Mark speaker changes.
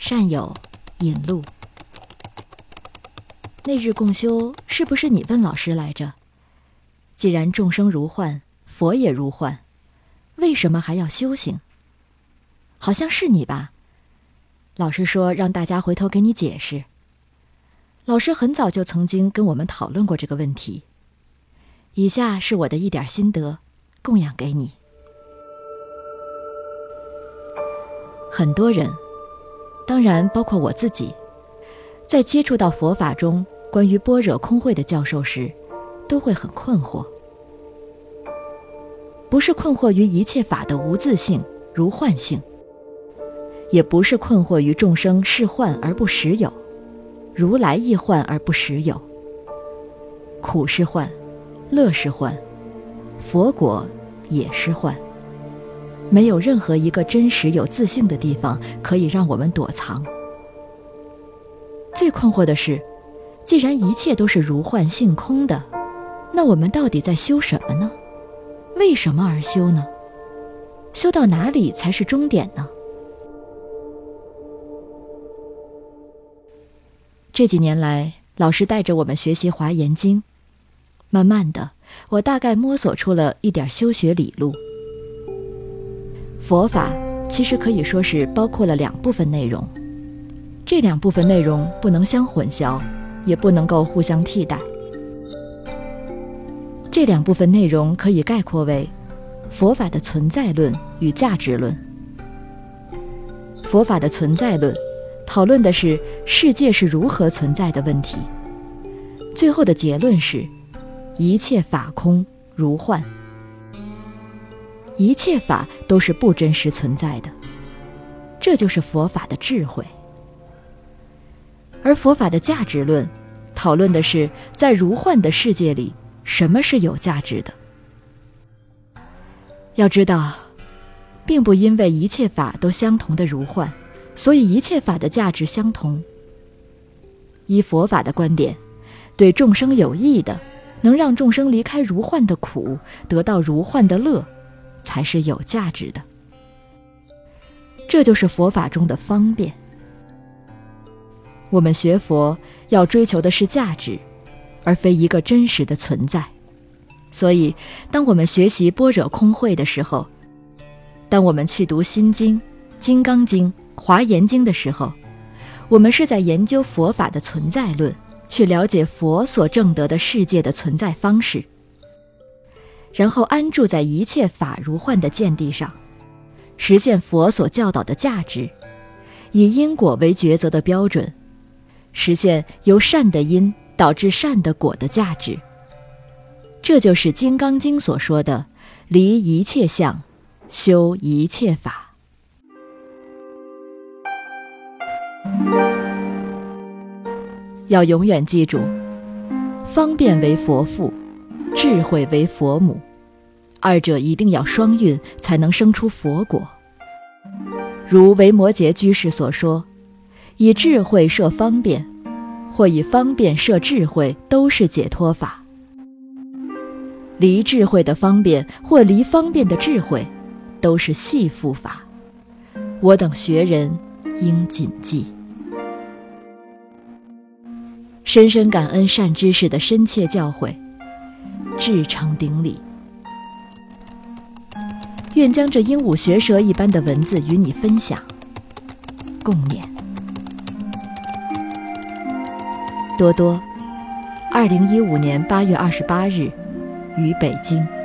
Speaker 1: 善友引路。那日共修是不是你问老师来着？既然众生如幻，佛也如幻，为什么还要修行？好像是你吧？老师说让大家回头给你解释。老师很早就曾经跟我们讨论过这个问题。以下是我的一点心得，供养给你。很多人，当然包括我自己，在接触到佛法中关于般若空慧的教授时，都会很困惑。不是困惑于一切法的无自性、如幻性，也不是困惑于众生是幻而不实有，如来亦幻而不实有。苦是幻，乐是幻，佛果也是幻，没有任何一个真实有自性的地方可以让我们躲藏。最困惑的是，既然一切都是如幻性空的，那我们到底在修什么呢？为什么而修呢？修到哪里才是终点呢？这几年来，老师带着我们学习华严经，慢慢的，我大概摸索出了一点修学理路。佛法其实可以说是包括了两部分内容，这两部分内容不能相混淆，也不能够互相替代。这两部分内容可以概括为佛法的存在论与价值论。佛法的存在论讨论的是世界是如何存在的问题，最后的结论是一切法空如幻，一切法都是不真实存在的，这就是佛法的智慧。而佛法的价值论讨论的是在如幻的世界里，什么是有价值的。要知道，并不因为一切法都相同的如幻，所以一切法的价值相同。依佛法的观点，对众生有益的，能让众生离开如幻的苦，得到如幻的乐，才是有价值的。这就是佛法中的方便。我们学佛要追求的是价值，而非一个真实的存在。所以当我们学习般若空慧的时候，当我们去读心经、金刚经、华严经的时候，我们是在研究佛法的存在论，去了解佛所证得的世界的存在方式，然后安住在一切法如幻的见地上，实现佛所教导的价值，以因果为抉择的标准，实现由善的因导致善的果的价值。这就是《金刚经》所说的离一切相，修一切法。要永远记住，方便为佛父，智慧为佛母，二者一定要双运，才能生出佛果。如维摩诘居士所说，以智慧摄方便，或以方便摄智慧，都是解脱法。离智慧的方便或离方便的智慧，都是系缚法。我等学人应谨记。深深感恩善知识的深切教诲，至诚顶礼。愿将这鹦鹉学舌一般的文字与你分享，共勉。多多，2015年8月28日，于北京。